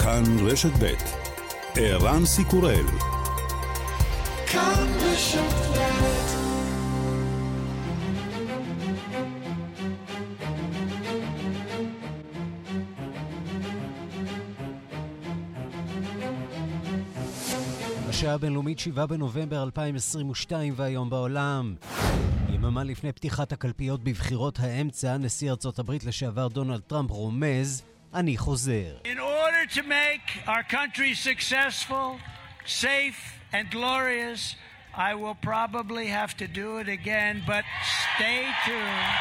כאן רשת ב' ערן סיקורל. כאן רשת ב'. השעה הבינלאומית 7 בנובמבר 2022 והיום בעולם. יממה לפני פתיחת הקלפיות בבחירות האמצע, נשיא ארצות הברית לשעבר דונלד טראמפ רומז, אני חוזר. In order to make our country successful, safe and glorious, I will probably have to do it again, but stay tuned.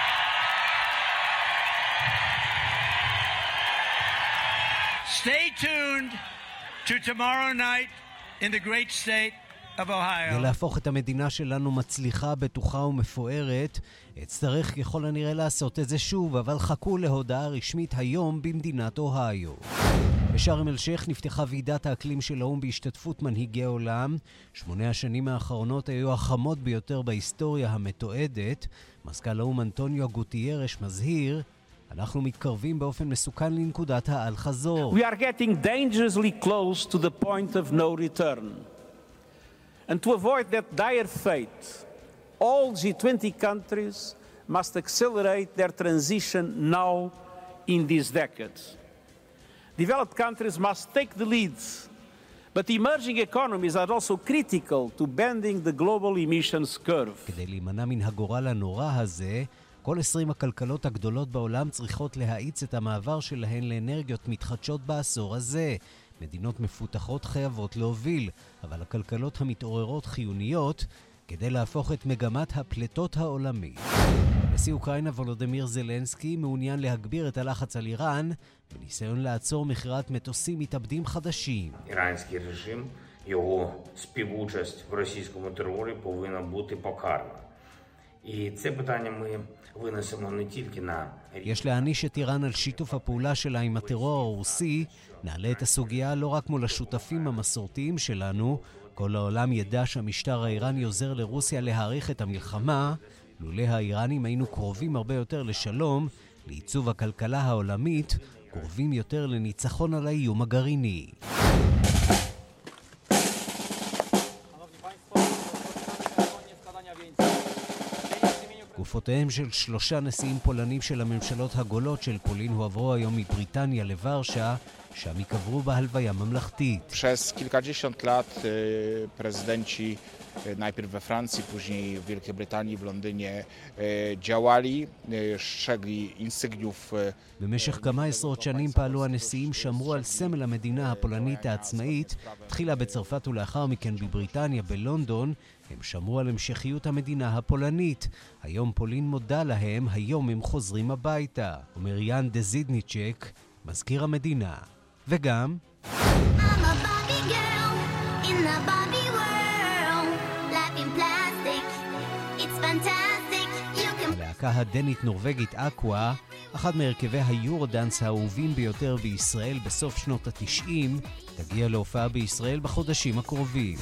Stay tuned to tomorrow night in the great state of Ohio. ולהפוך את המדינה שלנו מצליחה, בטוחה ומפוארת, אצטרך ככל הנראה לעשות את זה שוב, אבל חכו להודעה רשמית היום במדינת אוהיו. בשארם אל-שייח נפתחה ועידת האקלים של האו"ם בהשתתפות מנהיגי עולם. 8 השנים האחרונות היו החמות ביותר בהיסטוריה המתועדת. מזכ"ל האו"ם אנטוניו גוטיירש מזהיר, אנחנו מתקרבים באופן מסוכן לנקודת האל חזור. We are getting dangerously close to the point of no return. And to avoid that dire fate, all G20 countries must accelerate their transition now in these decades. Developed countries must take the lead, but emerging economies are also critical to bending the global emissions curve. כדי להימנע מן הגורל הנורא הזה, כל 20 הכלכלות הגדולות בעולם צריכות להאיץ את המעבר שלהן לאנרגיות מתחדשות בעשור הזה. מדינות מפותחות חייבות להוביל, אבל הכלכלות המתעוררות חיוניות כדי להפוך את מגמת הפלטות העולמית. נשיא אוקראינה וולודמיר זלנסקי מעוניין להגביר את הלחץ על איראן בניסיון לעצור מכירת מטוסים מתאבדים חדשים. Іранський режим, його співучасть в російському терорі повинна бути покарана. І це питання ми винесемо не тільки на... יש להעניש את איראן על שיתוף הפעולה שלה עם הטרור הרוסי. נעלה את הסוגיה לא רק מול השותפים המסורתיים שלנו. כל העולם ידע שהמשטר האיראני עוזר לרוסיה להאריך את המלחמה. לולא האיראנים היינו קרובים הרבה יותר לשלום, לעיצוב הכלכלה העולמית, קרובים יותר לניצחון על האיום הגרעיני. גופותיהם של 3 נשיאים פולנים של הממשלות הגולות של פולין הועברו היום מבריטניה לוורשה, שם יקברו בהלוויה ממלכתית. Przez kilkadziesiąt lat prezydenci najpierw we Francji, później w Wielkiej Brytanii, w Londynie działali, strzegli insygniów. במשך כמה עשרות שנים פעלו הנשיאים, שמרו על סמל המדינה הפולנית העצמאית, תחילה בצרפת ולאחר מכן בבריטניה, בלונדון. הם שמרו על המשכיות המדינה הפולנית. היום פולין מודה להם, היום הם חוזרים הביתה. אומר יאן דזידניצ'ק, מזכיר המדינה. וגם הלהקה הדנית נורווגית אקווה, אחד מהרכבי היורודנס האהובים ביותר בישראל בסוף שנות ה-90, תגיע להופעה בישראל בחודשים הקרובים.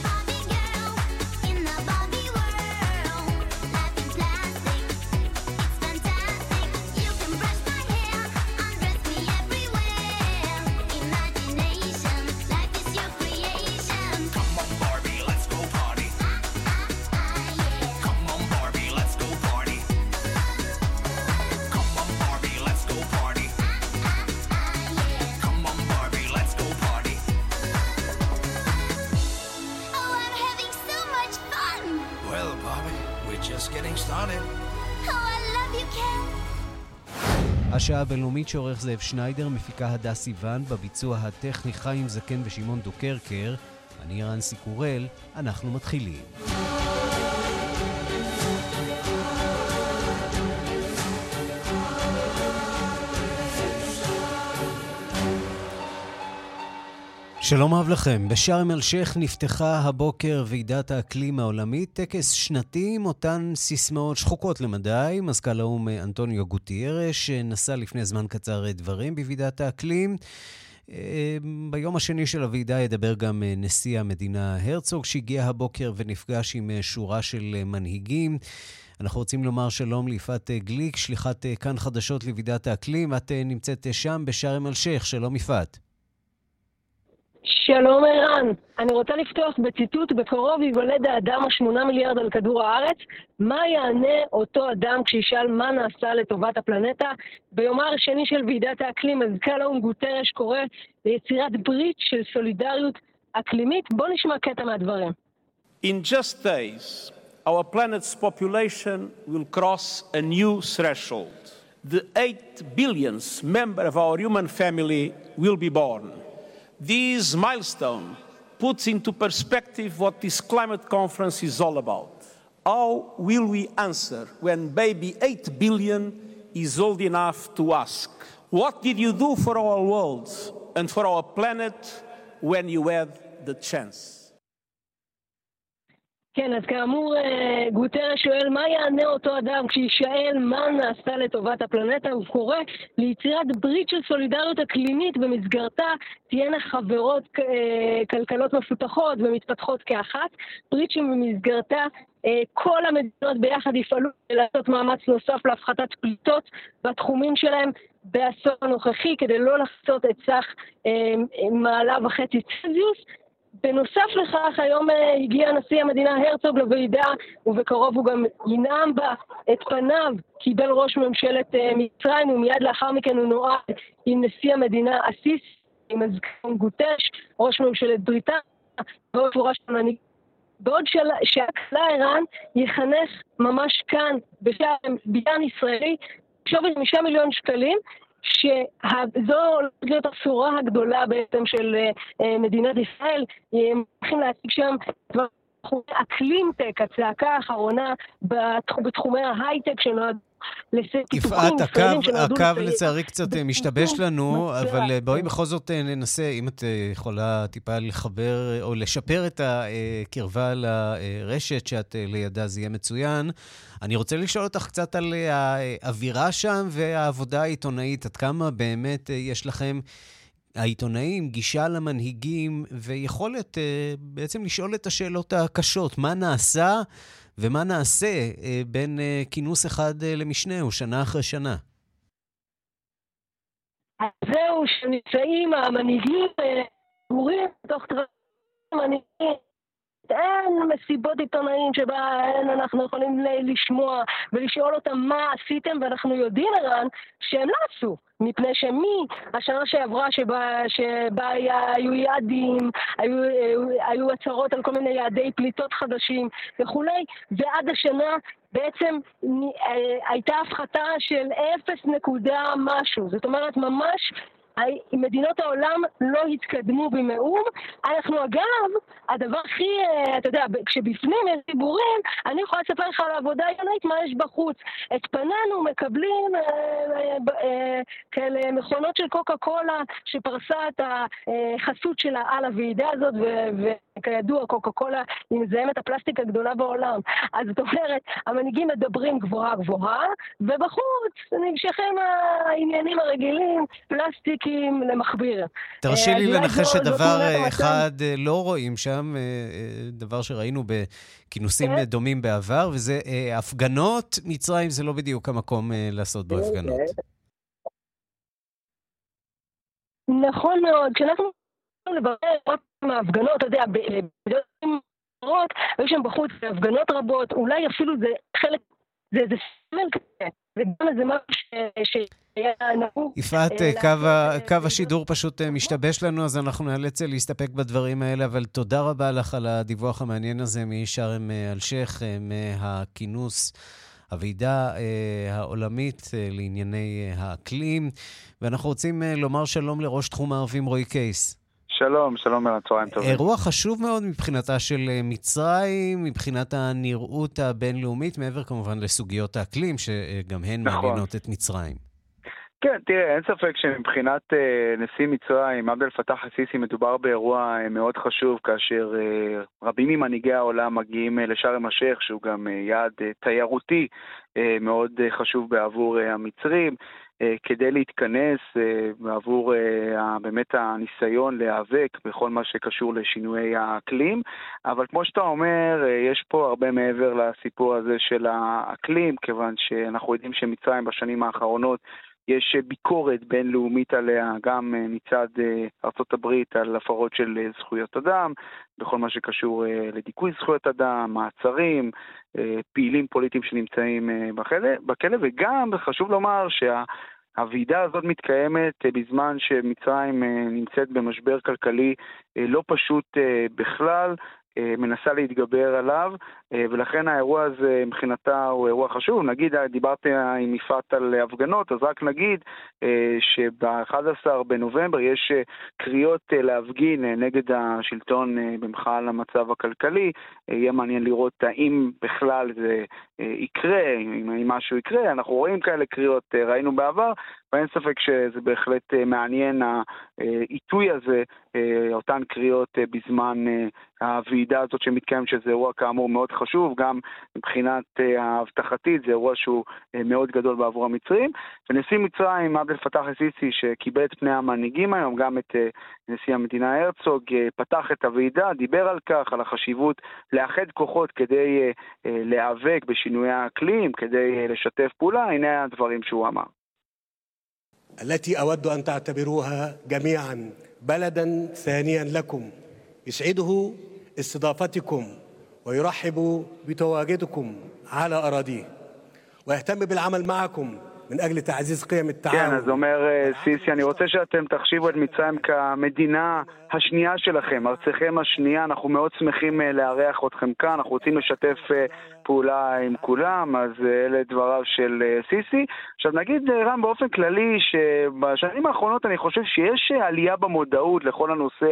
השעה הבינלאומית שעורך זאב שניידר, מפיקה הדס סיוון, בביצוע הטכני חיים זקן ושמעון דוקרקר. אני ערן סיקורל, אנחנו מתחילים. שלום רב לכם. בשארם אל-שייח נפתחה הבוקר ועידת האקלים העולמית, טקס שנתי עם אותן סיסמאות שחוקות למדי. מזכ"ל האו"ם אנטוניו גוטיירש נשא לפני זמן קצר דברים בוועידת האקלים. ביום השני של הוועידה ידבר גם נשיא המדינה הרצוג, שהגיע הבוקר ונפגש עם שורה של מנהיגים. אנחנו רוצים לומר שלום ליפעת גליק, שליחת כאן חדשות לוועידת האקלים. את נמצאת שם בשארם אל-שייח. שלום יפעת. שלום ערן, אני רוצה לפתוח בציטוט: בקרוב ייוולד האדם ה8 מיליארד על כדור הארץ. מה יענה אותו אדם כשישאל מה נעשה לטובת הפלנטה? ביומה השני של ועידת האקלים מזכ"ל האו"ם גוטרש קורא ליצירת ברית של סולידריות אקלימית. בוא נשמע קטע מהדברים. In just days, our planet's population will cross a new threshold. The 8 billionth member of our human family will be born. This milestone puts into perspective what this climate conference is all about. How will we answer when baby 8 billion is old enough to ask, what did you do for our world and for our planet when you had the chance? כן, אז כאמור, גוטרש שואל מה יענה אותו אדם כשישאל מה נעשה לטובת הפלנטה. הוא קורא ליצירת ברית של סולידריות אקלימית במסגרתה תהיינה חברות כלכלות מפותחות ומתפתחות כאחת. ברית שבמסגרתה כל המדינות ביחד יפעלו לעשות מאמץ נוסף להפחתת פליטות בתחומים שלהם בעשור הנוכחי כדי לא לחצות את סך 1.5 מעלות צלזיוס. בנוסף לכך, היום הגיע נשיא המדינה הרצוג לוועידה, ובקרוב הוא גם ינאם בה את פניו. קיבל ראש ממשלת מצרים, ומיד לאחר מכן הוא נועד עם נשיא המדינה הסיסי, עם מזכ"ל גוטרש, ראש ממשלת בריטניה, ועוד שורה של מנהיגים. בעוד שהקהל ערן יחנך ממש כאן, בבניין ישראלי, שווי 5 מיליון שקלים, שזו להיות הבשורה הגדולה בעצם של מדינת ישראל. הם הולכים להציג שם אקלימטק, הצעקה האחרונה בתחומי ההייטק שנועד יפעת, הקו לצערי קצת משתבש לנו, אבל בואי בכל זאת ננסה, אם את יכולה טיפה לחבר או לשפר את הקרבה לרשת שאת לידה, זה יהיה מצוין. אני רוצה לשאול אותך קצת על האווירה שם והעבודה העיתונאית, עד כמה באמת יש לכם העיתונאים גישה למנהיגים ויכולת בעצם לשאול את השאלות הקשות, מה נעשה ומה נעשה בין כינוס אחד למשנהו, שנה אחרי שנה? אז זהו, שנמצאים המנהיגים גורים בתוך מנהיגים. אין מסיבות עיתונאים שבהן אנחנו יכולים לשמוע ולשאול אותם מה עשיתם, ואנחנו יודעים ערן שהם לא עשו, מפני השנה שעברה שבה היו יעדים, היו הצהרות על כל מיני יעדי פליטות חדשים וכולי, ועד השנה בעצם הייתה הפחתה של 0 נקודה משהו. זאת אומרת ממש מדינות העולם לא התקדמו במאום. אנחנו אגב, הדבר הכי, אתה יודע, כשבפנים יש דיבורים, אני יכולה לספר לך על העבודה העיתונאית מה יש בחוץ. את פנינו מקבלים כאלה מכונות של קוקה קולה שפרסה את החסות שלה על הוועידה הזאת, וכידוע קוקה קולה היא מזהמת הפלסטיק הגדולה בעולם. אז זאת אומרת, המנהיגים מדברים גבוהה גבוהה, ובחוץ נמשכים העניינים הרגילים, פלסטיק למחביר. תרשי לי לנחש שדבר אחד לא רואים שם, דבר שראינו בכינוסים דומים בעבר, וזה הפגנות. מצרים זה לא בדיוק המקום לעשות בו הפגנות. נכון מאוד. כשאנחנו לברר מההפגנות, אתה יודע, היו שם בחוץ הפגנות רבות, אולי אפילו זה חלק, זה סמל כזה, וגם איזה משהו יפעת, קו השידור פשוט משתבש לנו, אז אנחנו נאלץ להסתפק בדברים האלה, אבל תודה רבה לך על הדיווח המעניין הזה משארם אל-שייח, מהכינוס, הוועידה העולמית לענייני האקלים, ואנחנו רוצים לומר שלום לראש תחום הערבים רועי קייס. שלום, שלום, צהריים טובים. אירוע חשוב מאוד מבחינתה של מצרים, מבחינת הנראות הבינלאומית, מעבר כמובן לסוגיות האקלים, שגם הן מעניינות את מצרים. כן, תראה, אין ספק שמבחינת נשיא מצרים, עבד אל פתאח א-סיסי, מדובר באירוע מאוד חשוב, כאשר רבים ממנהיגי העולם מגיעים לשארם א-שייח, שהוא גם יעד תיירותי מאוד חשוב בעבור המצרים, כדי להתכנס בעבור באמת הניסיון להיאבק בכל מה שקשור לשינויי האקלים. אבל כמו שאתה אומר, יש פה הרבה מעבר לסיפור הזה של האקלים, כיוון שאנחנו יודעים שמצרים בשנים האחרונות יש ביקורת בינלאומית עליה גם מצד ארצות הברית על הפרות של זכויות אדם, בכל מה שקשור לדיכוי זכויות אדם, מעצרים, פעילים פוליטיים שנמצאים בכלא, וגם חשוב לומר הוועידה הזאת מתקיימת בזמן שמצרים נמצאת במשבר כלכלי לא פשוט בכלל, מנסה להתגבר עליו, ולכן האירוע הזה מבחינתה הוא אירוע חשוב. נגיד, דיברתי עם יפעת על הפגנות, אז רק נגיד שב-11 בנובמבר יש קריאות להפגין נגד השלטון במחאה על המצב הכלכלי. יהיה מעניין לראות האם בכלל זה יקרה, אם משהו יקרה. אנחנו רואים כאלה קריאות, ראינו בעבר, ואין ספק שזה בהחלט מעניין העיתוי הזה, אותן קריאות בזמן הוועידה הזאת שמתקיים, שזה אירוע כאמור מאוד חשוב, גם מבחינת ההבטחתית, זה אירוע שהוא מאוד גדול בעבור המצרים. ונשיא מצרים, עבד אל פתאח א-סיסי, שקיבל את פני המנהיגים היום, גם את נשיא המדינה הרצוג, פתח את הוועידה, דיבר על כך, על החשיבות לאחד כוחות כדי להיאבק בשינויי האקלים, כדי לשתף פעולה. הנה הדברים שהוא אמר. التي أود أن تعتبروها جميعا بلدا ثانيا لكم يسعده استضافتكم ويرحب بتواجدكم على أراضيه ويهتم بالعمل معكم من أجل تعزيز قيم التعاون. כן, אז אומר סיסי, אני רוצה שאתם תחשיבו את מצרים כמדינה השנייה שלכם, ארצכם השנייה. אנחנו מאוד שמחים לארח אתכם כאן, אנחנו רוצים לשתף פעולה עם כולם. אז אלה דבריו של סיסי. עכשיו נגיד רם באופן כללי שבשנים האחרונות אני חושב שיש עלייה במודעות לכל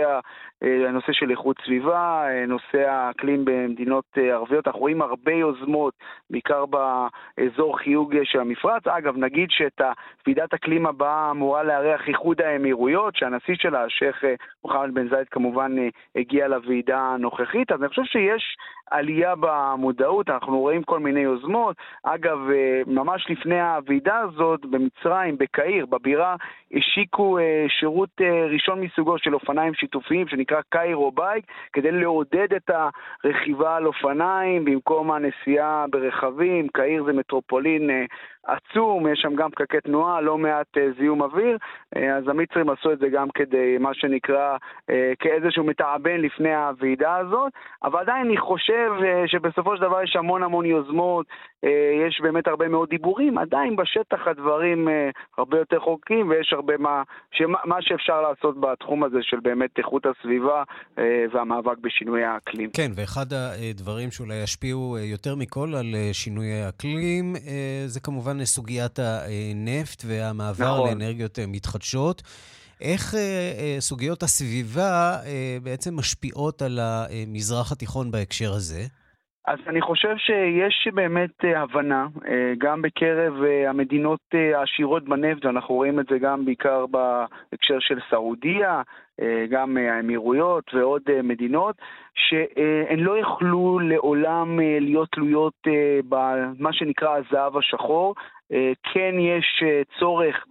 הנושא של איכות סביבה, נושא האקלים במדינות ערביות. אנחנו רואים הרבה יוזמות, בעיקר באזור חיוג של המפרץ. אגב, נגיד שאת ועידת אקלים הבאה אמורה לארח איחוד האמירויות, שהנשיא שלה, השייח מוחמד בן זאיד, כמובן הגיע לוועידה הנוכחית. אז אני חושב שיש עלייה במודעות, אנחנו רואים כל מיני יוזמות. אגב, ממש לפני הוועידה הזאת במצרים, בקהיר, בבירה, השיקו שירות ראשון מסוגו של אופניים שיתופיים, שנקרא קיירו בייק, כדי לעודד את הרכיבה על אופניים במקום הנסיעה ברכבים. קהיר זה מטרופולין עצום, יש שם גם פקקי תנועה, לא מעט זיהום אוויר, אז המצרים עשו את זה גם כדי, מה שנקרא, כאיזשהו מתעבן לפני הוועידה הזאת. אבל עדיין אני חושב שבסופו של דבר יש המון יוזמות, יש באמת הרבה מאוד דיבורים, עדיין בשטח הדברים הרבה יותר חוקים, ויש הרבה מה שאפשר לעשות בתחום הזה של באמת איכות הסביבה והמאבק בשינוי האקלים. כן, ואחד הדברים שאולי ישפיעו יותר מכל על שינוי האקלים, זה כמובן סוגיית הנפט והמעבר לאנרגיות מתחדשות. איך סוגיות הסביבה בעצם משפיעות על המזרח התיכון בהקשר הזה? אז אני חושב שיש באמת הבנה, גם בקרב המדינות העשירות בנפט, ואנחנו רואים את זה גם בעיקר בהקשר של סעודיה, גם האמירויות ועוד מדינות, שהן לא יכלו לעולם להיות תלויות במה שנקרא הזהב השחור. כן יש צורך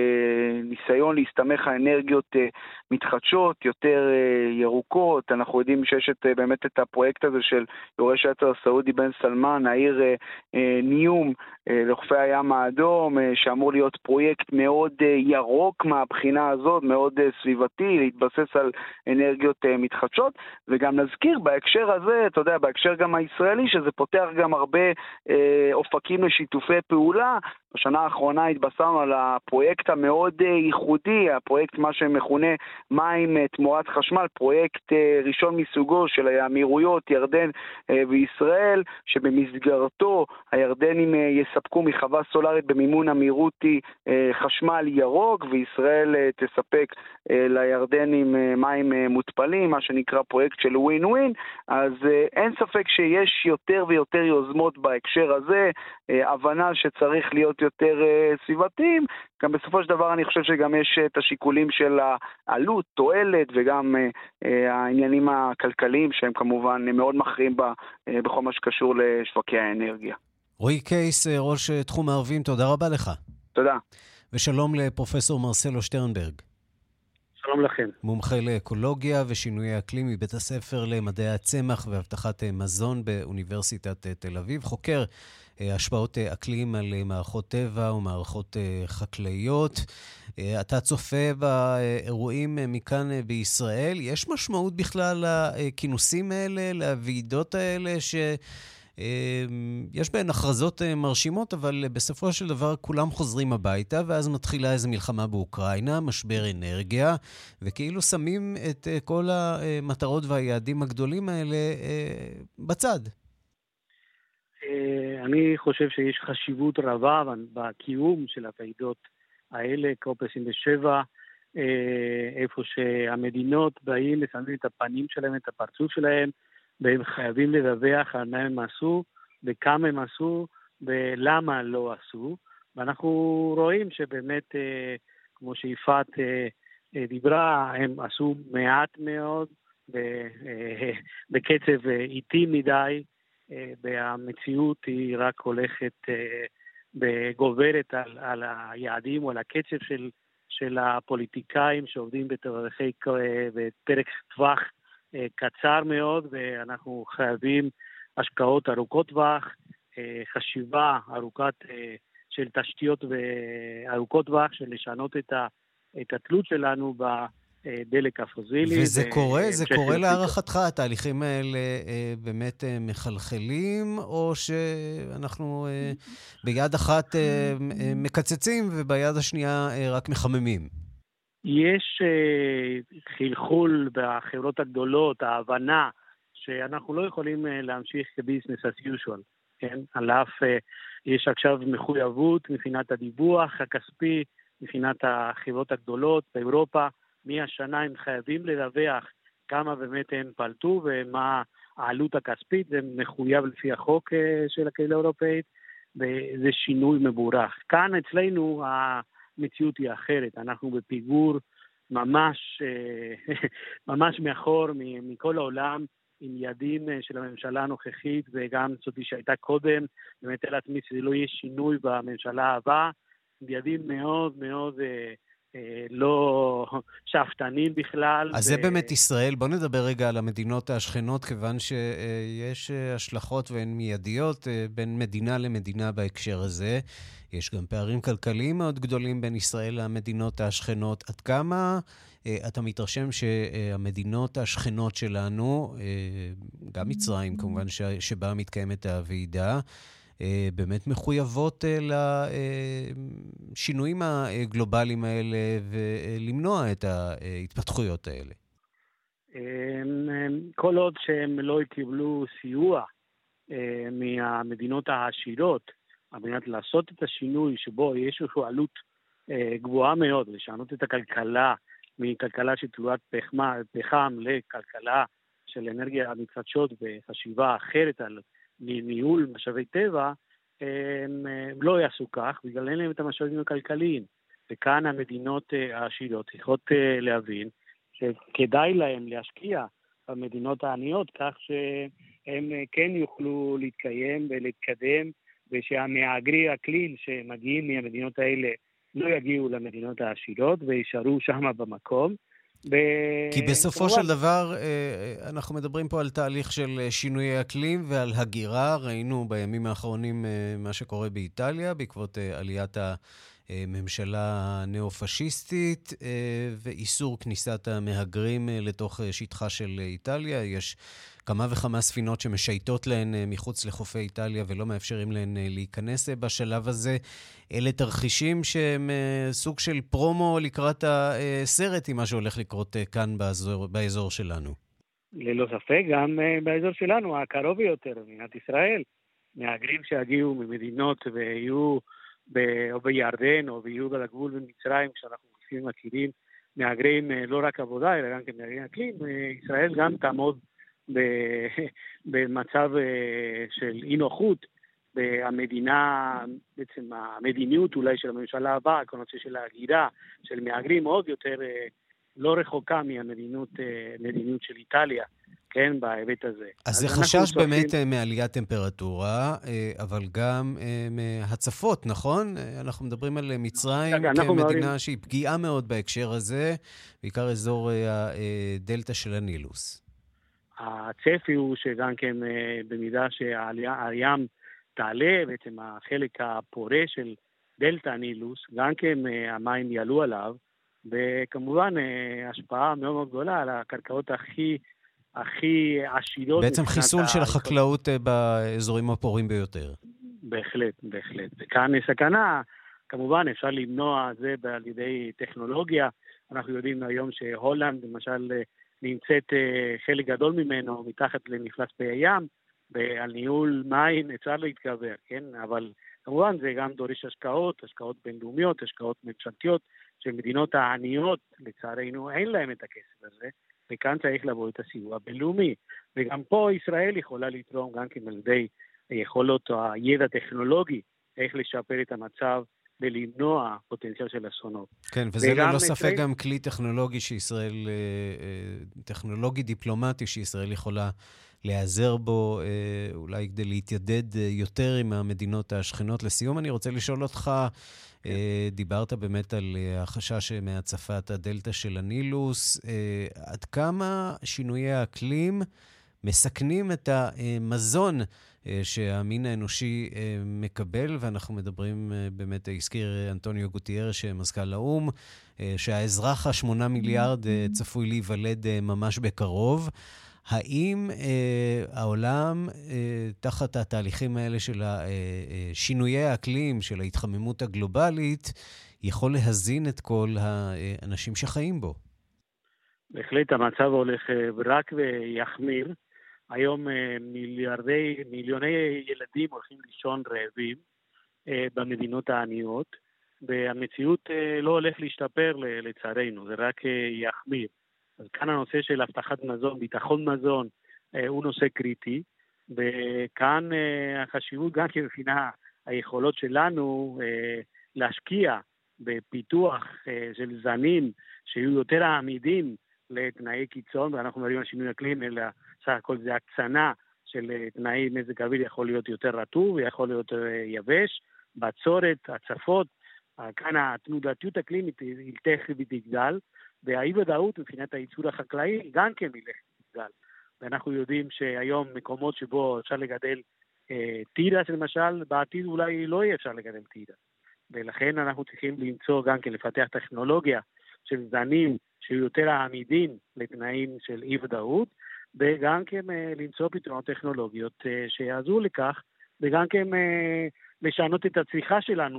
בניסיון להסתמך על אנרגיות מתחדשות, יותר ירוקות. אנחנו יודעים שיש באמת את הפרויקט הזה של יורש העצר הסעודי בן סלמן, העיר ניום לחופי הים האדום, שאמור להיות פרויקט מאוד ירוק מהבחינה הזאת, מאוד סביבתי, להתבסס על אנרגיות מתחדשות. וגם נזכיר בהקשר הזה, אתה יודע, בהקשר גם הישראלי, שזה פותח גם הרבה אופקים לשיתופי פעולה. בשנה האחרונה התבשרנו על הפרויקט המאוד ייחודי, הפרויקט מה שמכונה מים תמורת חשמל, פרויקט ראשון מסוגו של האמירויות, ירדן וישראל, שבמסגרתו הירדנים יספקו מחווה סולרית במימון אמירותי חשמל ירוק, וישראל תספק לירדנים מים מותפלים, מה שנקרא פרויקט של ווין ווין. אז אין ספק שיש יותר ויותר יוזמות בהקשר הזה, הבנה שצריך להיות יותר סביבתיים. גם בסופו של דבר אני חושב שגם יש את השיקולים של העלות, תועלת, וגם העניינים הכלכליים שהם כמובן מאוד מכריעים בכל מה שקשור לשווקי האנרגיה. רועי קייס, ראש תחום הערבים, תודה רבה לך. תודה. ושלום לפרופסור מרסלו שטרנברג. שלום לכם. מומחה לאקולוגיה ושינוי האקלים מבית הספר למדעי הצמח והבטחת מזון באוניברסיטת תל אביב, חוקר השפעות אקלים על מערכות טבע ומערכות חקלאיות. אתה צופה באירועים מכאן בישראל. יש משמעות בכלל לכינוסים האלה, לוועידות האלה יש בהן הכרזות מרשימות, אבל בסופו של דבר כולם חוזרים הביתה, ואז מתחילה איזו מלחמה באוקראינה, משבר אנרגיה, וכאילו שמים את כל המטרות והיעדים הגדולים האלה בצד. אני חושב שיש חשיבות רבה בקיום של הוועידות האלה, קופ 27, איפה שהמדינות באים לשמים את הפנים שלהם, את הפרצוף שלהם, והם חייבים לדווח על מה הם עשו, וכמה הם עשו, ולמה לא עשו. ואנחנו רואים שבאמת, כמו שיפעת דיברה, הם עשו מעט מאוד, בקצב איטי מדי, והמציאות היא רק הולכת וגוברת על היעדים או על הקצב של הפוליטיקאים שעובדים בפרק טווח קצר מאוד, ואנחנו חייבים השקעות ארוכות טווח, חשיבה ארוכת של תשתיות וארוכות טווח של לשנות את התלות שלנו בדלק הפוסילי. וזה קורה? זה קורה להערכתך? התהליכים האלה באמת מחלחלים, או שאנחנו ביד אחת מקצצים וביד השנייה רק מחממים? יש חלחול בחברות הגדולות, ההבנה שאנחנו לא יכולים להמשיך כביזנס as usual, כן? על אף יש עכשיו מחויבות מבחינת הדיווח הכספי, מבחינת החברות הגדולות באירופה, מהשנה הם חייבים לדווח כמה באמת הם פלטו ומה העלות הכספית, זה מחויב לפי החוק של הקהילה האירופאית, וזה שינוי מבורך. כאן אצלנו המציאות היא אחרת, אנחנו בפיגור ממש מאחור מכל העולם, עם יעדים של הממשלה הנוכחית, וגם זאת שהייתה קודם, באמת על עצמי שזה לא יהיה שינוי בממשלה הבאה, יעדים מאוד מאוד לא שאפתנים בכלל. אז זה באמת ישראל. בוא נדבר רגע על המדינות השכנות, כיוון שיש השלכות והן מיידיות בין מדינה למדינה בהקשר הזה. יש גם פערים כלכליים מאוד גדולים בין ישראל למדינות השכנות. עד כמה אתה מתרשם שהמדינות השכנות שלנו, גם מצרים כמובן שבה מתקיימת הוועידה, באמת מחויבות לשינויים הגלובליים האלה ולמנוע את ההתפתחויות האלה? כל עוד שהם לא קיבלו סיוע מהמדינות העשירות, על מנת לעשות את השינוי שבו יש איזושהי עלות גבוהה מאוד, לשנות את הכלכלה מכלכלה של תלוית פחם לכלכלה של אנרגיה מתחדשות וחשיבה אחרת על ניהול משאבי טבע, הם לא יעשו כך, בגלל אין להם את המשאבים הכלכליים. וכאן המדינות העשירות צריכות להבין שכדאי להם להשקיע במדינות העניות, כך שהם כן יוכלו להתקיים ולהתקדם, ושהמהגרי אקלים שמגיעים מהמדינות האלה לא יגיעו למדינות העשירות וישארו שם במקום. כי בסופו של דבר אנחנו מדברים פה על תהליך של שינוי אקלים ועל הגירה. ראינו בימים האחרונים מה שקורה באיטליה בעקבות עליית הממשלה הנאו-פשיסטית ואיסור כניסת המהגרים לתוך שטחה של איטליה. יש כמה וכמה ספינות שמשייטות להן מחוץ לחופי איטליה ולא מאפשרים להן להיכנס בשלב הזה. אלה תרחישים שהם סוג של פרומו לקראת הסרט עם מה שהולך לקרות כאן באזור שלנו. ללא ספק, גם באזור שלנו, הקרוב ביותר, מדינת ישראל, מהגרים שהגיעו ממדינות ויהיו או בירדן או ויהיו בגבול במצרים, כשאנחנו מכירים מהגרים לא רק עבודה, אלא גם כמהגרים אקלים, ישראל גם תעמוד במצב של אי נוחות, והמדינה, בעצם המדיניות אולי של הממשלה הבאה, כל נושא של ההגירה, של מהגרים עוד יותר לא רחוקה מהמדיניות של איטליה, כן, בהיבט הזה. אז זה חשש באמת מעליית טמפרטורה, אבל גם מהצפות, נכון? אנחנו מדברים על מצרים כמדינה שהיא פגיעה מאוד בהקשר הזה, בעיקר אזור הדלטה של הנילוס. הצפי הוא שגם כן במידה שהים תעלה, בעצם החלק הפורה של דלטה הנילוס, גם כן המים יעלו עליו, וכמובן השפעה מאוד מאוד גדולה על הקרקעות הכי עשירות. בעצם חיסול של החקלאות באזורים הפורים ביותר. בהחלט, בהחלט. וכאן סכנה, כמובן אפשר למנוע זה על ידי טכנולוגיה. אנחנו יודעים היום שהולנד למשל נמצאת חלק גדול ממנו מתחת למפלס פי הים, ועל ניהול מים אפשר להתגבר, כן? אבל כמובן זה גם דורש השקעות בינלאומיות, השקעות ממשלתיות, שמדינות העניות, לצערנו, אין להם את הכסף הזה, וכאן צריך לבוא את הסיוע הבינלאומי. וגם פה ישראל יכולה לתרום גם כן על ידי יכולות או הידע טכנולוגי, איך לשפר את המצב ולמנוע פוטנציאל של אסונות. כן, וזה ללא ספק גם כלי טכנולוגי שישראל, טכנולוגי דיפלומטי שישראל יכולה להיעזר בו, אולי כדי להתיידד יותר עם המדינות השכנות. לסיום אני רוצה לשאול אותך, דיברת באמת על החשש מהצפת הדלטה של הנילוס, עד כמה שינויי האקלים מסכנים את המזון שהמין האנושי מקבל, ואנחנו מדברים באמת, הזכיר אנטוניו גוטיירש, מזכ"ל האו"ם, שהאזרח ה8 מיליארד צפוי להיוולד ממש בקרוב. האם העולם, תחת התהליכים האלה של שינויי האקלים, של ההתחממות הגלובלית, יכול להזין את כל האנשים שחיים בו? בהחלט המצב הולך רק ויחמיר. היום מיליוני ילדים הולכים לישון רעבים במדינות העניות, והמציאות לא הולך להשתפר לצערנו, זה רק יחמיר. אז כאן הנושא של הבטחת מזון, ביטחון מזון, הוא נושא קריטי, וכאן החשיבות גם כבחינה היכולות שלנו להשקיע בפיתוח של זנים שיהיו יותר עמידים לתנאי קיצון, ואנחנו מדברים על שינוי אקלים, אלא סך הכל זה הקצנה של תנאי מזג האוויר, יכול להיות יותר רטוב, יכול להיות יבש, בצורת, הצפות, כאן התנודתיות אקלימית תלך ותגדל, והאי ודאות מבחינת הייצור החקלאי גם כן ילך ותגדל. ואנחנו יודעים שהיום מקומות שבו אפשר לגדל תירס למשל, בעתיד אולי לא יהיה אפשר לגדל תירס. ולכן אנחנו צריכים למצוא גם כן לפתח טכנולוגיה של זנים שיהיו יותר עמידים לתנאים של אי ודאות, וגם כן למצוא פתרונות טכנולוגיות שיעזרו לכך, וגם כן לשנות את הצריכה שלנו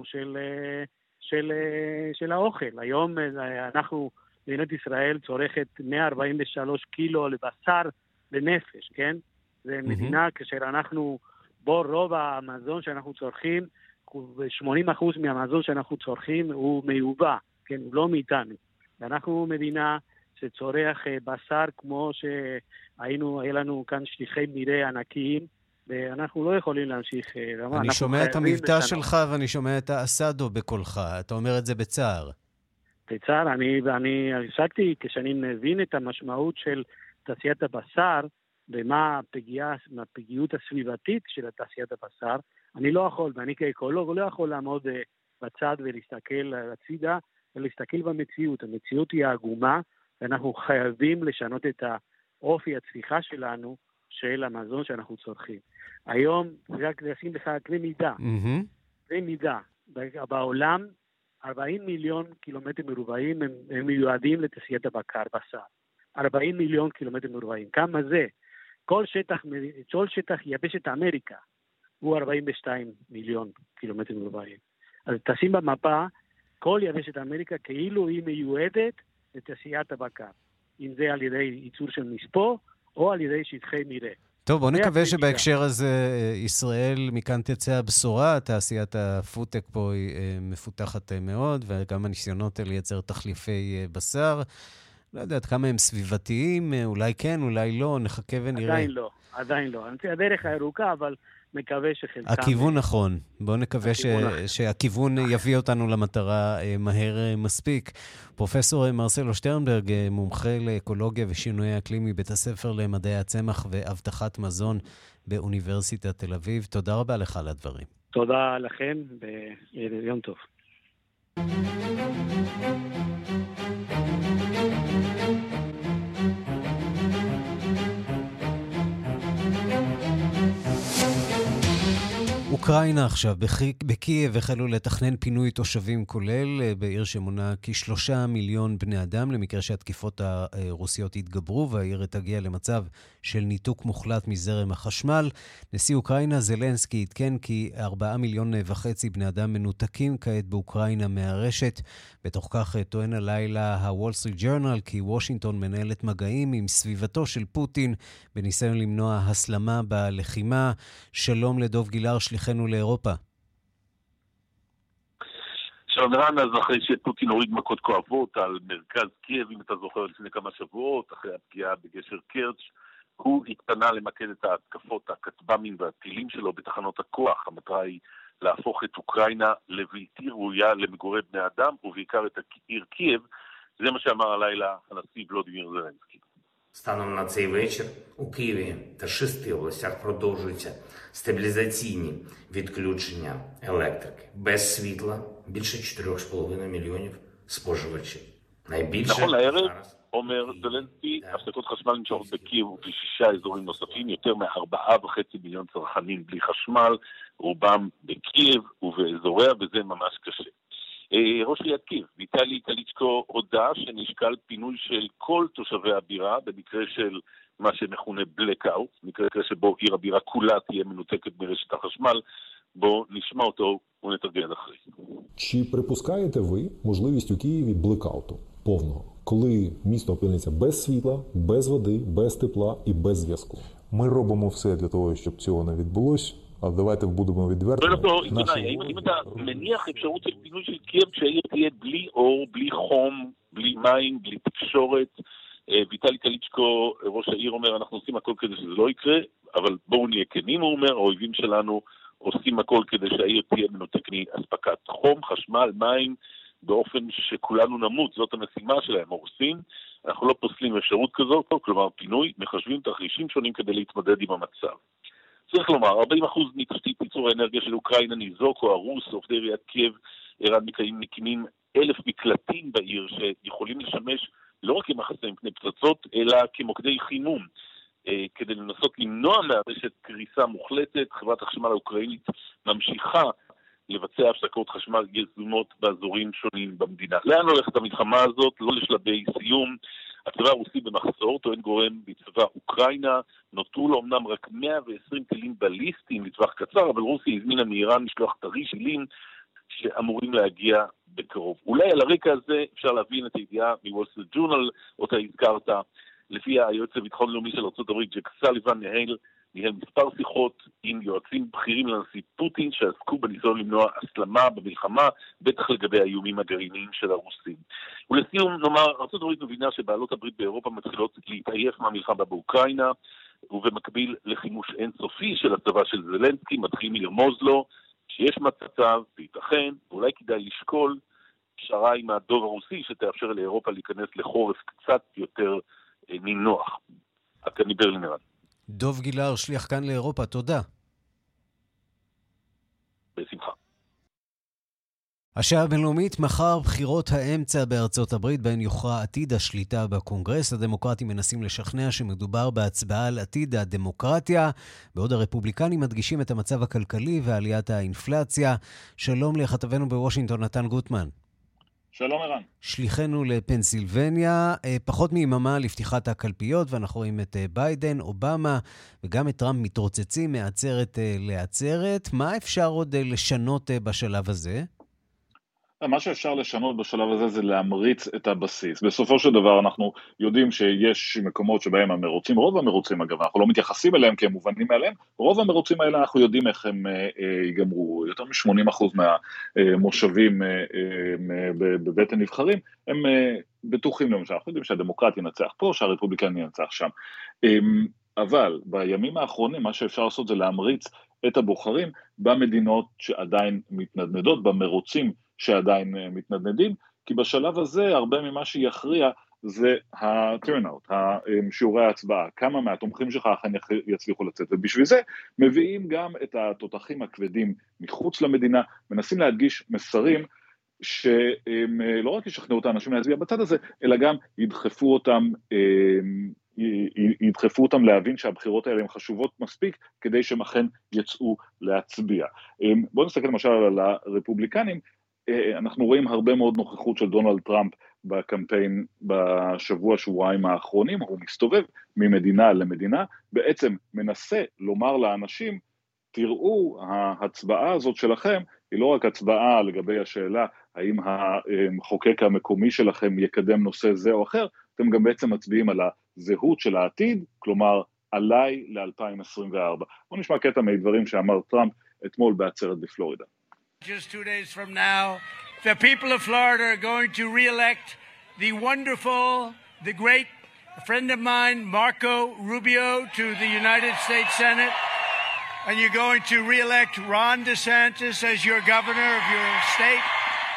של האוכל. היום אנחנו, מדינת ישראל צורכת 143 קילו לבשר לנפש, כן? זה מדינה כאשר אנחנו, בו רוב המזון שאנחנו צורכים, 80% מהמזון שאנחנו צורכים הוא מיובא, כן? הוא לא מאיתנו. ואנחנו מדינה שצורך בשר כמו היה לנו כאן שליחי מרעה ענקיים, ואנחנו לא יכולים להמשיך. אני שומע את המבטא שלך ואני שומע את האסדו בקולך. אתה אומר את זה בצער. בצער, אני הפסקתי כשאני מבין את המשמעות של תעשיית הבשר, ומה הפגיעות הסביבתית של תעשיית הבשר, אני לא יכול, ואני כאקולוג לא יכול לעמוד בצד ולהסתכל הצידה, ולהסתכל במציאות. המציאות היא העגומה, ואנחנו חייבים לשנות את האופי הצריכה שלנו, של המזון שאנחנו צורכים. היום, רק לשים לך כלי מידה. כלי מידה. בעולם, 40 מיליון קילומטר מרובעים הם מיועדים לתעשיית הבקר, בשר. 40 מיליון קילומטר מרובעים. כמה זה? כל שטח יבשת אמריקה הוא 42 מיליון קילומטר מרובעים. אז תשים במפה, כל יבשת אמריקה כאילו היא מיועדת לתעשיית הבקר. אם זה על ידי ייצור של מספוא, או על ידי שטחי מרעה. טוב, בוא נקווה שבהקשר הזה ישראל מכאן תצא הבשורה, תעשיית הפודטק פה היא מפותחת מאוד, וגם הניסיונות לייצר תחליפי בשר. לא יודעת כמה הם סביבתיים, אולי כן, אולי לא, נחכה ונראה. עדיין לא. הדרך הארוכה, אבל מקווה שחלקם... הכיוון נכון. בואו נקווה שהכיוון יביא אותנו למטרה מהר מספיק. פרופסור מרסלו שטרנברג, מומחה לאקולוגיה ושינוי אקלים מבית הספר למדעי הצמח והבטחת מזון באוניברסיטת תל אביב. תודה רבה לך על הדברים. תודה לכם ויום טוב. אוקראינה עכשיו, בקייב החלו לתכנן פינוי תושבים כולל, בעיר שמונה כ3 מיליון בני אדם, למקרה שהתקיפות הרוסיות יתגברו, והעיר תגיע למצב של ניתוק מוחלט מזרם החשמל. נשיא אוקראינה זלנסקי התקן כי 4.5 מיליון בני אדם מנותקים כעת באוקראינה מהרשת. בתוך כך טוען הלילה הוול סטריט ג'ורנל כי וושינגטון מנהלת מגעים עם סביבתו של פוטין בניסיון למנוע הסלמה בלחימה. שלום לדוב גילר, שליחנו לאירופה. שלום ערן, אז אחרי שפוטין הוריד מכות כואבות על מרכז קייב, אם אתה זוכר לפני כמה שבועות, אחרי הפגיעה בגשר קרץ', הוא התפנה למקד את ההתקפות, הכטב"מים והטילים שלו בתחנות הכוח. המטרה היא להפוך את אוקראינה לבלתי ראויה למגורי בני אדם, ובעיקר את העיר קייב. זה מה שאמר הלילה הנשיא ולודימיר זלנסקי. Станом на цей вечір у Києві та 6 областях продовжуються стабілізаційні відключення електрики. Без світла більше 4,5 мільйонів споживачів. Найбільше נכון לערב, אומר זלנסקי, הפסקות חשמל נשארות בקייב וב6 אזורים נוספים, יותר מ4.5 מיליון צרכנים בלי חשמל, רובם בקייב ובאזוריה, וזה ממש קשה. ראש עיריית קייב, ויטלי קליצ'קו, הודע שנשקל פינוי של כל תושבי הבירה, במקרה של מה שמכונה blackout, מקרה שבו עיר הבירה כולה תהיה מנותקת ברשת החשמל. בואו נשמע אותו ונתרגל אחרי. Чи припускаєте ви можливість у Києві блекауту повного, коли місто опиниться без світла, без води, без тепла і без зв'язку? Ми робимо все для того, щоб цього не відбулось. אז давайте будемо відвертими. אם אתה מניח אפשרות של פינוי של קייב שהעיר תהיה בלי אור, בלי חום, בלי מים, בלי תקשורת, ויטלי קליצ'קו, ראש העיר, אומר, אנחנו עושים הכל כדי שזה לא יקרה, אבל בואו נהיה כנים, הוא אומר, האויבים שלנו עושים הכל כדי שהעיר תהיה מנותק מאספקת חום, חשמל, מים, באופן שכולנו נמות, זאת המשימה שלהם, הורסים. אנחנו לא פוסלים אפשרות כזאת, כלומר פינוי, מחשבים תרחישים שונים כדי להתמודד עם המצב. צריך לומר, 40% מתשתית ייצור האנרגיה של אוקראינה ניזוק או הרוס. עובדי עיריית קייב מקימים 1,000 מקלטים בעיר שיכולים לשמש לא רק כמחסה מפני פצצות, אלא כמוקדי חימום. כדי לנסות למנוע מהרשת קריסה מוחלטת, חברת החשמל האוקראינית ממשיכה לבצע הפסקות חשמל יזומות באזורים שונים במדינה. לאן הולכת המלחמה הזאת? לא לשלבי סיום. הצבא הרוסי במחסור, טוען גורם בצבא אוקראינה, נותרו לו אמנם רק 120 טילים בליסטיים לטווח קצר, אבל רוסיה הזמינה מאיראן לשלוח תרחיש טילים שאמורים להגיע בקרוב. אולי על הרקע הזה אפשר להבין את הידיעה מוול סטריט ג'ורנל, אותה הזכרת, לפי היועץ לביטחון לאומי של ארצות הברית, ג'ק סליבן, ניהל מספר שיחות עם יועצים בכירים לנשיא פוטין שעסקו בניסיון למנוע הסלמה במלחמה, בטח לגבי האיומים הגרעיניים של הרוסים. ולסיום נאמר, ארצות הברית מבינה שבעלות הברית באירופה מתחילות להתעייף מהמלחמה באוקראינה, ובמקביל לחימוש אינסופי של הצבא של זלנסקי, מתחילים לרמוז לו שיש מצב, וייתכן, ואולי כדאי לשקול פשרה עם הדוב הרוסי שתאפשר לאירופה להיכנס לחורף קצת יותר נינוח. עד כאן מברלין ערן. דוב גילר, שליח כאן לאירופה, תודה. בשמחה. השעה הבינלאומית, מחר בחירות האמצע בארצות הברית, בהן יוכרע עתיד השליטה בקונגרס. הדמוקרטים מנסים לשכנע שמדובר בהצבעה על עתיד הדמוקרטיה, בעוד הרפובליקנים מדגישים את המצב הכלכלי ועליית האינפלציה. שלום לכתבנו בוושינגטון, נתן גוטמן. שלום ערן. שליחנו לפנסילבניה, פחות מיממה לפתיחת הקלפיות, ואנחנו רואים את ביידן, אובמה וגם את טראמפ מתרוצצים מעצרת לעצרת. מה אפשר עוד לשנות בשלב הזה? מה שאפשר לשנות בשלב הזה זה להמריץ את הבסיס. בסופו של דבר אנחנו יודעים שיש מקומות שבהם המרוצים, רוב המרוצים אגב, אנחנו לא מתייחסים אליהם כי הם מובנים מאליהם, רוב המרוצים האלה אנחנו יודעים איך הם ייגמרו. יותר מ-80% מהמושבים בבית הנבחרים, הם בטוחים למשל, אנחנו יודעים שהדמוקרט ינצח פה, שהרפובליקן ינצח שם. אבל בימים האחרונים מה שאפשר לעשות זה להמריץ את הבוחרים במדינות שעדיין מתנדנדות, במרוצים שעדיין מתנדנדים, כי בשלב הזה הרבה ממה שיכריע זה ה-turnout, שיעורי ההצבעה, כמה מהתומכים שלך אכן יצליחו לצאת, ובשביל זה מביאים גם את התותחים הכבדים מחוץ למדינה, מנסים להדגיש מסרים שהם לא רק ישכנעו את האנשים להצביע בצד הזה, אלא גם ידחפו אותם להבין שהבחירות האלה הן חשובות מספיק, כדי שהם אכן יצאו להצביע. בואו נסתכל למשל על הרפובליקנים, אנחנו רואים הרבה מאוד נוכחות של דונלד טראמפ בקמפיין שבועיים האחרונים, הוא מסתובב ממדינה למדינה, בעצם מנסה לומר לאנשים, תראו, ההצבעה הזאת שלכם, היא לא רק הצבעה לגבי השאלה, האם המחוקק המקומי שלכם יקדם נושא זה או אחר, אתם גם בעצם מצביעים על הזהות של העתיד, כלומר, עליי ל-2024. בואו נשמע קטע מדברים שאמר טראמפ אתמול בעצרת בפלורידה. Just 2 days from now, the people of Florida are going to re-elect the wonderful, the great friend of mine, Marco Rubio, to the United States Senate. And you're going to re-elect Ron DeSantis as your governor of your state.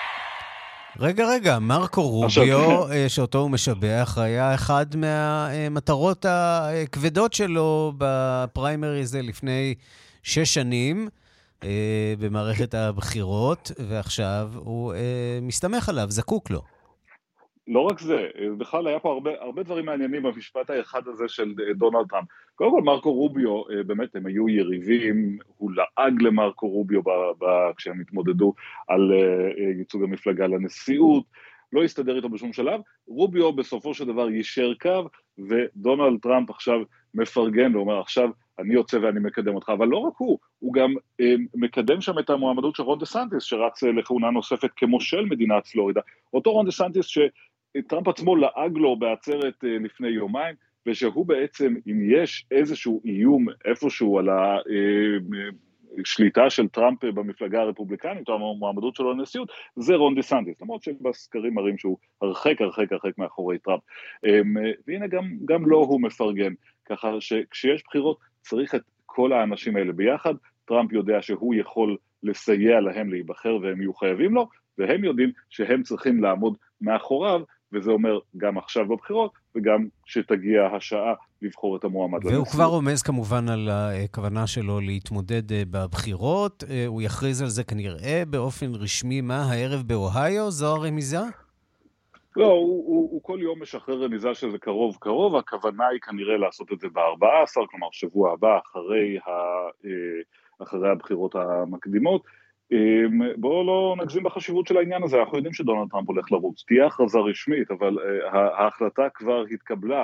רגע, מרקו רוביו, שאותו הוא משבח, היה אחד מהמטרות הכבדות שלו בפריימריז לפני 6 שנים, במערכת הבחירות, ועכשיו הוא מסתמך עליו, זקוק לו. לא רק זה, בכלל היה פה הרבה דברים מעניינים במשפט האחד הזה של דונלד טראמפ. קודם כל מרקו רוביו, באמת הם היו יריבים, הוא לעג למרקו רוביו כשהם התמודדו על ייצוג המפלגה לנשיאות, לא הסתדר איתו בשום שלב, רוביו בסופו של דבר יישר קו, ודונלד טראמפ עכשיו מפרגן ואומר עכשיו אני יוצא ואני מקדם אותך, אבל לא רק הוא גם מקדם שם את המועמדות של רון דה סנטיס, שרץ לכהונה נוספת כמושל מדינת פלורידה, אותו רון דה סנטיס שטראמפ עצמו לעג לו בעצרת לפני יומיים, ושהוא בעצם, אם יש איזשהו איום איפשהו על השליטה של טראמפ במפלגה הרפובליקנית, או המועמדות שלו לנשיאות, זה רון דה סנטיס, למרות שבסקרים מראים שהוא הרחק מאחורי טראמפ, והנה גם לא הוא מפרגן, ככה שכשיש בחירות צריך את כל האנשים האלה ביחד, טראמפ יודע שהוא יכול לסייע להם להיבחר והם יהיו חייבים לו, והם יודעים שהם צריכים לעמוד מאחוריו, וזה אומר גם עכשיו בבחירות, וגם שתגיע השעה לבחור את המועמד. והוא כבר רומז כמובן על הכוונה שלו להתמודד בבחירות, הוא יכריז על זה כנראה באופן רשמי הערב באוהיו, זו הרמיזה? לא, הוא כל יום משחרר רמיזה שזה קרוב, הכוונה היא כנראה לעשות את זה ב-14, כלומר שבוע הבא אחרי הבחירות המקדימות. בואו לא נגזים בחשיבות של העניין הזה, אנחנו יודעים שדונלד טראמפ הולך לרוץ, תהיה הכרזה רשמית, אבל ההחלטה כבר התקבלה,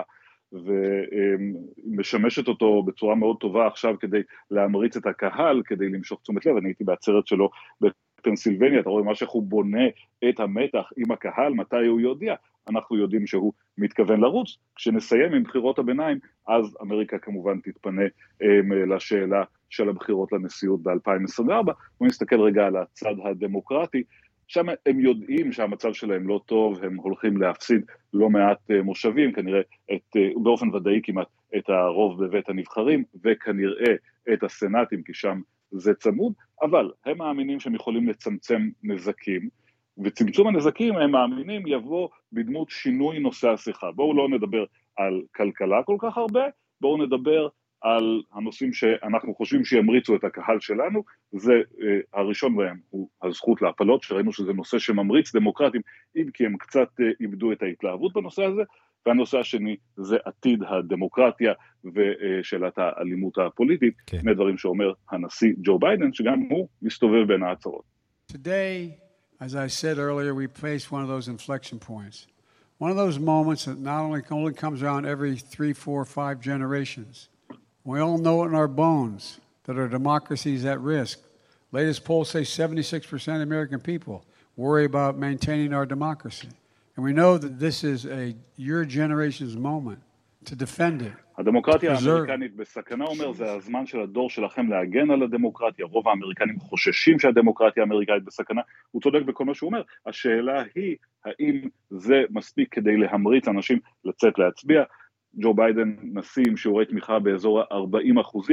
ומשמשת אותו בצורה מאוד טובה עכשיו כדי להמריץ את הקהל, כדי למשוך תשומת לב, אני הייתי בעצרת שלו בפנסילבניה, אתה רואה מה שהוא בונה את המתח עם הקהל, מתי הוא יודיע, אנחנו יודעים שהוא מתכוון לרוץ, כשנסיים עם בחירות הביניים, אז אמריקה כמובן תתפנה לשאלה של הבחירות לנשיאות ב-2024, בואו נסתכל רגע על הצד הדמוקרטי, שם הם יודעים שהמצב שלהם לא טוב, הם הולכים להפסיד לא מעט מושבים, כנראה באופן ודאי כמעט את הרוב בבית הנבחרים, וכנראה את הסנאטים, כי שם זה צמוד, אבל הם מאמינים שהם יכולים לצמצם נזקים, וצמצום הנזקים הם מאמינים יבוא בדמות שינוי נושא השיחה. בואו לא נדבר על כלכלה כל כך הרבה, בואו נדבר על הנושאים שאנחנו חושבים שימריצו את הקהל שלנו, זה הראשון בהם הוא הזכות להפלות, שראינו שזה נושא שממריץ דמוקרטים, אם כי הם קצת איבדו את ההתלהבות בנושא הזה, והנושא השני זה עתיד הדמוקרטיה ושאלת האלימות הפוליטית, שני דברים שאומר הנשיא ג'ו ביידן, שגם הוא מסתובב בין העצרות. Today, as I said earlier, we face one of those inflection points. One of those moments that not only comes around every 3, 4, 5 generations. We all know it in our bones that our democracy is at risk. Latest polls say 76% of American people worry about maintaining our democracy. And we know that this is your generation's moment to defend it. הדמוקרטיה האמריקנית בסכנה, אומר, זה הזמן של הדור שלכם להגן על הדמוקרטיה. רוב האמריקנים חוששים שהדמוקרטיה האמריקאית בסכנה. הוא צודק בכל מה שהוא אומר. השאלה היא, האם זה מספיק כדי להמריץ אנשים לצאת להצביע? ג'ו ביידן נשיא עם שיעורי תמיכה באזור 40%,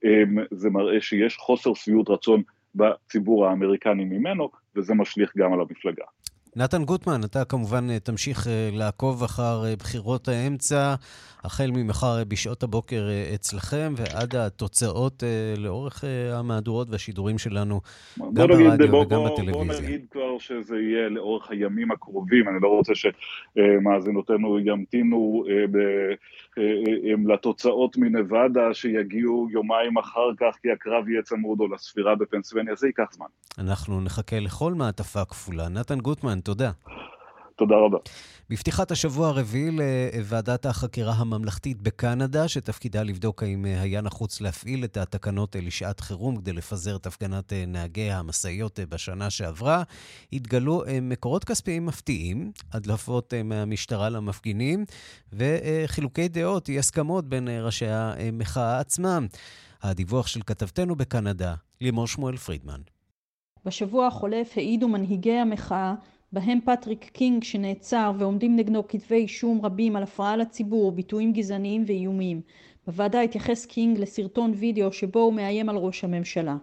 זה מראה שיש חוסר שביעות רצון בציבור האמריקני ממנו, וזה משליך גם על המפלגה. נתן גוטמן, אתה כמובן תמשיך לעקוב אחר בחירות האמצע, החל ממחר בשעות הבוקר אצלכם, ועד התוצאות לאורך המהדורות והשידורים שלנו, גם ברדיו וגם בטלוויזיה. בוא נגיד כבר שזה יהיה לאורך הימים הקרובים, אני לא רוצה שמאזינותינו ימתינו לתוצאות מנבדה שיגיעו יומיים אחר כך, כי הקרב יהיה צמוד או לספירה בפנסילבניה, זה ייקח זמן. אנחנו נחכה לכל מעטפה כפולה. נתן גוטמן, תודה. תודה רבה. בפתיחת השבוע הרביעי לוועדת החקירה הממלכתית בקנדה, שתפקידה לבדוק האם היה נחוץ להפעיל את התקנות לשעת חירום כדי לפזר את הפגנת נהגי המשאיות בשנה שעברה, התגלו מקורות כספיים מפתיעים, הדלפות מהמשטרה למפגינים, וחילוקי דעות, אי הסכמות בין ראשי המחאה עצמם. הדיווח של כתבתנו בקנדה, לימור שמואל פרידמן. בשבוע החולף העידו מנהיגי המחאה, בהם פטריק קינג שנעצר ועומדים נגדו כתבי אישום רבים על הפרעה לציבור, ביטויים גזעניים ואיומים. בוועדה התייחס קינג לסרטון וידאו שבו הוא מאיים על ראש הממשלה.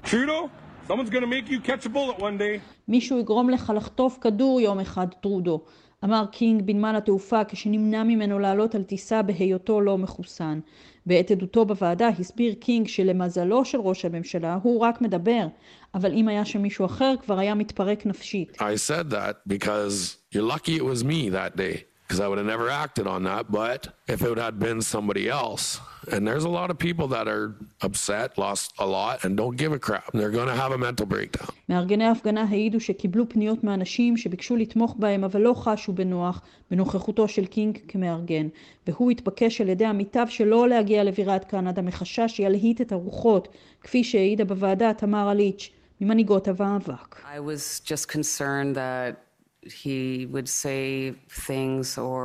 מישהו יגרום לך לחטוף כדור יום אחד, טרודו, אמר קינג בנמל התעופה כשנמנע ממנו לעלות על טיסה בהיותו לא מחוסן. בעת עדותו בוועדה הסביר קינג שלמזלו של ראש הממשלה הוא רק מדבר, אבל אם היה שמישהו אחר כבר היה מתפרק נפשית. I said that because you're lucky it was me that day, because I would have never acted on that, but if it had been somebody else, and there's a lot of people that are upset, lost a lot, and don't give a crap, and they're going to have a mental breakdown. מארגני ההפגנה העידו שקיבלו פניות מאנשים שביקשו לתמוך בהם, אבל לא חשו בנוח בנוכחותו של קינג כמארגן, והוא התבקש על ידי עמיתיו שלא להגיע לבירת קנדה מחשש שילהיט את הרוחות, כפי שהעידה בוועדה תמר אליץ' ממנהיגות המאבק. I was just concerned that he would say things or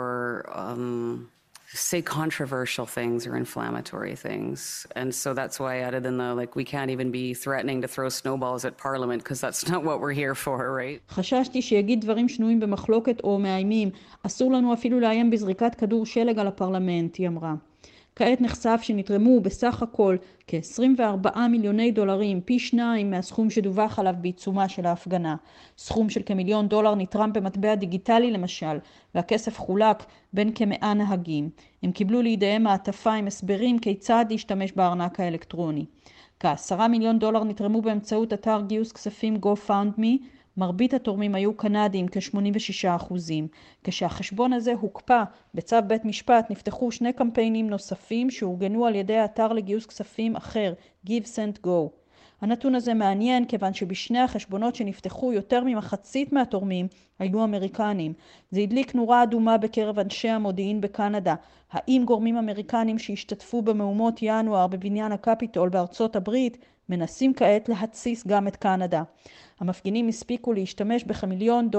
say controversial things or inflammatory things. And so that's why I added in the, like, we can't even be threatening to throw snowballs at Parliament because that's not what we're here for, right? חששתי שיגיד דברים שנויים במחלוקת או מאיימים. אסור לנו אפילו לאיים בזריקת כדור שלג על הפרלמנט, היא אמרה. כעת נחשף שנתרמו בסך הכל כ$24 מיליוני, פי 2 מהסכום שדווח עליו בעיצומה של ההפגנה. סכום של כ$1,000,000 נתרם במטבע דיגיטלי למשל, והכסף חולק בין כ100 נהגים. הם קיבלו לידיהם מעטפה עם הסברים כיצד להשתמש בארנק האלקטרוני. כ$10 מיליון נתרמו באמצעות אתר גיוס כספים GoFundMe, מרבית התורמים היו קנדים כ-86%. כשהחשבון הזה הוקפא בצו בית משפט, נפתחו 2 קמפיינים נוספים שאורגנו על ידי האתר לגיוס כספים אחר, Give Send Go. הנתון הזה מעניין כיוון שבשני החשבונות שנפתחו יותר ממחצית מהתורמים היו אמריקנים. זה הדליק נורה אדומה בקרב אנשי המודיעין בקנדה. האם גורמים אמריקנים שהשתתפו במהומות ינואר בבניין הקפיטול בארצות הברית מנסים כעת להתסיס גם את קנדה? המפגינים הספיקו להשתמש בכ$1,000,000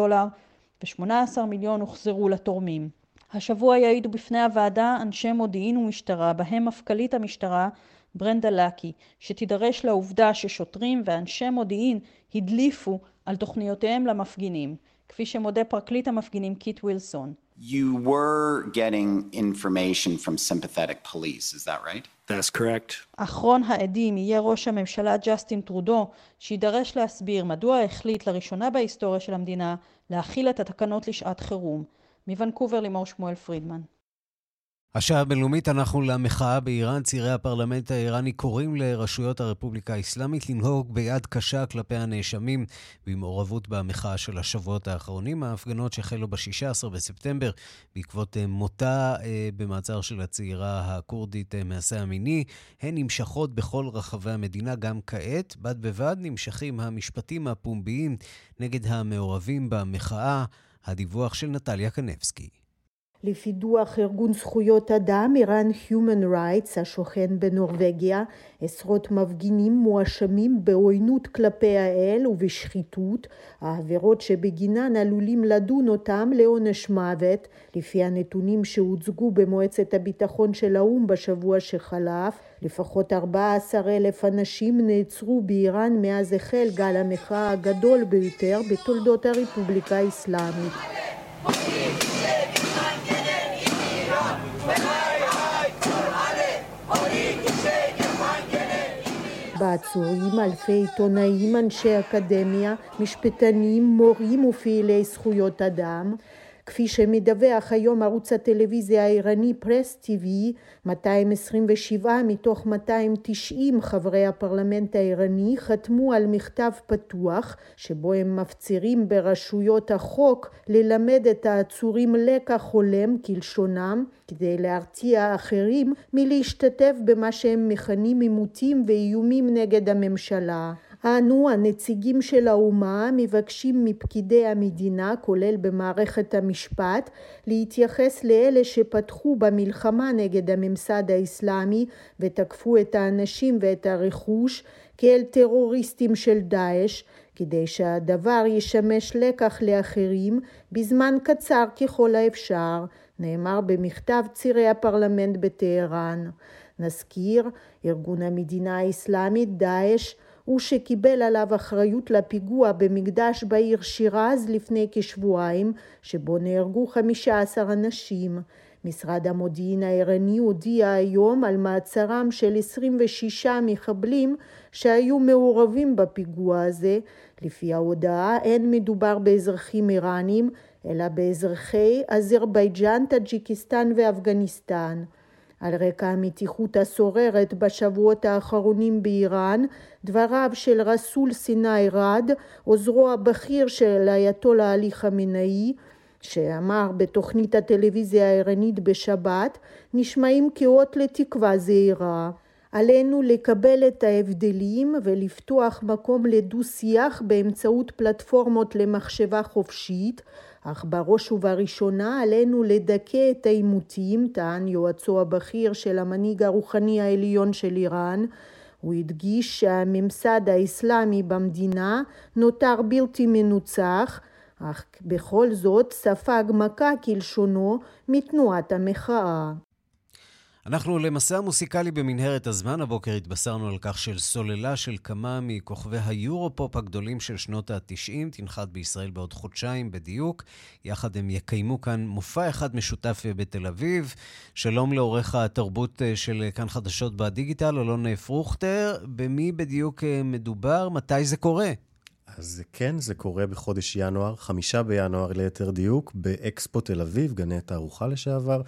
ו$18 מיליון הוחזרו לתורמים. השבוע יעידו בפני הוועדה אנשי מודיעין ומשטרה, בהם מפכ"לית המשטרה ברנדה לקי, שתידרש לעובדה ששוטרים ואנשי מודיעין הדליפו על תוכניותיהם למפגינים, כפי שמודה פרקליט המפגינים קיט ווילסון. You were getting information from sympathetic police, is that right? That's correct. אחרון העדים יהיה ראש הממשלה ג'סטין טרודו, שידרש להסביר מדוע החליט לראשונה בהיסטוריה של המדינה להכיל את התקנות לשעת חירום. מוונקובר, לימור שמואל פרידמן. השעה הבינלאומית, אנחנו למחאה באיראן. צעירי הפרלמנט האיראני קוראים לרשויות הרפובליקה האסלאמית לנהוג ביד קשה כלפי הנאשמים במעורבות במחאה של השבועות האחרונים. ההפגנות שהחלו ב-16 בספטמבר בעקבות מותה במעצר של הצעירה הקורדית מעשה המיני, הן נמשכות בכל רחבי המדינה גם כעת. בד בבד נמשכים המשפטים הפומביים נגד המעורבים במחאה. הדיווח של נטליה קנבסקי. לפי דוח ארגון זכויות אדם, איראן Human Rights, השוכן בנורווגיה, עשרות מפגינים מואשמים בעוינות כלפי האל ובשחיתות, העבירות שבגינן עלולים לדון אותם לעונש מוות. לפי הנתונים שהוצגו במועצת הביטחון של האו"ם בשבוע שחלף, לפחות 14,000 אנשים נעצרו באיראן מאז החל גל המחאה הגדול ביותר בתולדות הרפובליקה האסלאמית. בעצורים אלפי עיתונאים, אנשי אקדמיה, משפטנים, מורים ופעילי זכויות אדם. כפי שמדווח היום ערוץ הטלוויזיה האיראני פרס טיווי, 227 מתוך 290 חברי הפרלמנט האיראני חתמו על מכתב פתוח שבו הם מפצירים ברשויות החוק ללמד את העצורים לקח הולם כלשונם כדי להרתיע אחרים מלהשתתף במה שהם מכנים עימותים ואיומים נגד הממשלה. אנו, הנציגים של האומה, מבקשים מפקידי המדינה, כולל במערכת המשפט, להתייחס לאלה שפתחו במלחמה נגד הממסד האסלאמי ותקפו את האנשים ואת הרכוש כאל טרוריסטים של דאעש, כדי שהדבר ישמש לקח לאחרים בזמן קצר ככל האפשר, נאמר במכתב צירי הפרלמנט בטהרן. נזכיר, ארגון המדינה האסלאמית דאעש הוא שקיבל עליו אחריות לפיגוע במקדש בעיר שירז לפני כשבועיים, שבו נהרגו 15 אנשים. משרד המודיעין האיראני הודיע היום על מעצרם של 26 מחבלים שהיו מעורבים בפיגוע הזה. לפי ההודעה אין מדובר באזרחים איראנים, אלא באזרחי אזרבייג'אן, טאג'יקיסטן ואפגניסטן. על רקע המתיחות השוררת בשבועות האחרונים באיראן, דבריו של רסול סיני רד, עוזרו הבכיר של אייתוללה עלי חמינאי, שאמר בתוכנית הטלוויזיה האיראנית בשבת, נשמעים כאות לתקווה זהירה. עלינו לקבל את ההבדלים ולפתוח מקום לדו-שיח באמצעות פלטפורמות למחשבה חופשית, אך בראש ובראשונה עלינו לדכא את העימותים, טען יועצו הבכיר של המנהיג הרוחני העליון של איראן. הוא הדגיש שהממסד האסלאמי במדינה נותר בלתי מנוצח, אך בכל זאת ספג מכה כלשונו מתנועת המחאה. אנחנו למסע מוסיקלי במנהרת הזמן. הבוקר התבשרנו על כך של סוללה של כמה מכוכבי היורופופ הגדולים של שנות ה-90, תנחת בישראל בעוד חודשיים בדיוק. יחד הם יקיימו כאן מופע אחד משותף בתל אביב. שלום לעורך התרבות של כאן חדשות בדיגיטל, אלון פרוכטר. במי בדיוק מדובר? מתי זה קורה? אז כן, זה קורה בחודש ינואר, 5 בינואר ליתר דיוק, באקספו תל אביב, גני התערוכה לשעבר,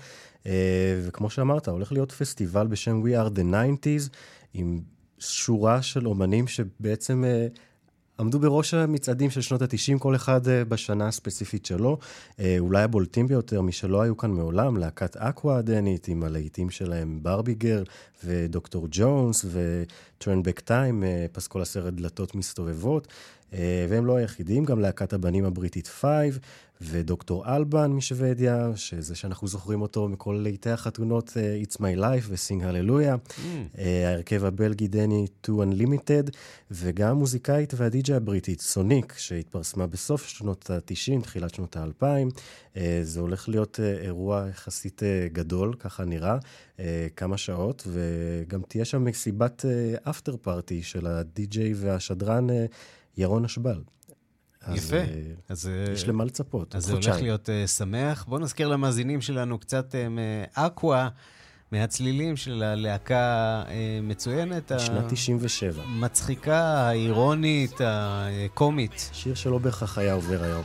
וכמו שאמרת, הולך להיות פסטיבל בשם We are the 90s, עם שורה של אומנים שבעצם עמדו בראש המצעדים של שנות ה-90, כל אחד בשנה הספציפית שלו, אולי הבולטים ביותר, מי שלא היו כאן מעולם, להקת אקווה הדנית, עם הלהיטים שלהם ברבי גרל, ודוקטור ג'ונס, וטרן בק טיים, פסקול הסרט דלתות מסתובבות, והם לא היחידים, גם להקת הבנים הבריטית 5, ודוקטור אלבן משוודיה, שזה שאנחנו זוכרים אותו מכל להיטי החתונות It's My Life ו-Sing Hallelujah, ההרכב הבלגי דני 2 Unlimited, וגם המוזיקאית והדיג'ה הבריטית סוניק, שהתפרסמה בסוף שנות ה-90, תחילת שנות ה-2000. זה הולך להיות אירוע יחסית גדול, ככה נראה, כמה שעות, וגם תהיה שם מסיבת אפטר פארטי של הדיג'יי והשדרן ירון אשבל. יפה. אז יש למה לצפות. אז זה הולך להיות שמח. בואו נזכיר למאזינים שלנו קצת מאקווה, מהצלילים של הלהקה מצוינת. שנת 97. מצחיקה, האירונית, הקומית. שיר שלא בהכרח היה עובר היום.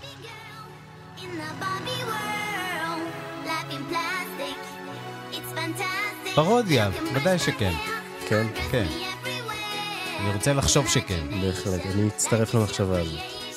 פרודיה, ודאי שכן. כן? כן. אני רוצה לחשוב שכן. בהחלט, אני אצטרף למחשבה הזאת.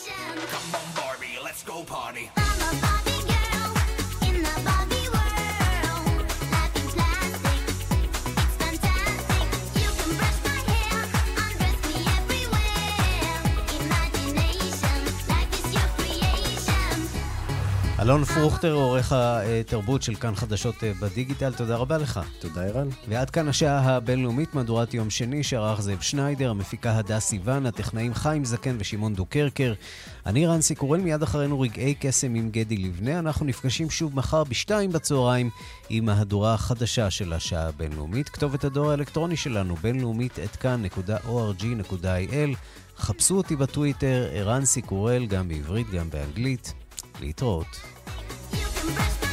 אלון פרוכטר, עורך התרבות של כאן חדשות בדיגיטל, תודה רבה לך. תודה אירן. ועד כאן השעה הבינלאומית, מהדורת יום שני, שערך זאב שניידר, המפיקה הדס סיוון, הטכנאים חיים זקן ושמעון דוקרקר. אני רנסי קורל, מיד אחרינו רגעי קסם עם גדי לבנה. אנחנו נפגשים שוב מחר ב-2 בצהריים עם מהדורה החדשה של השעה הבינלאומית. כתובת הדואר האלקטרוני שלנו, בינלאומית@kan.org.il. חפשו אותי בטוויטר, רנסי קורל, גם בעברית, גם באנגלית. להתראות.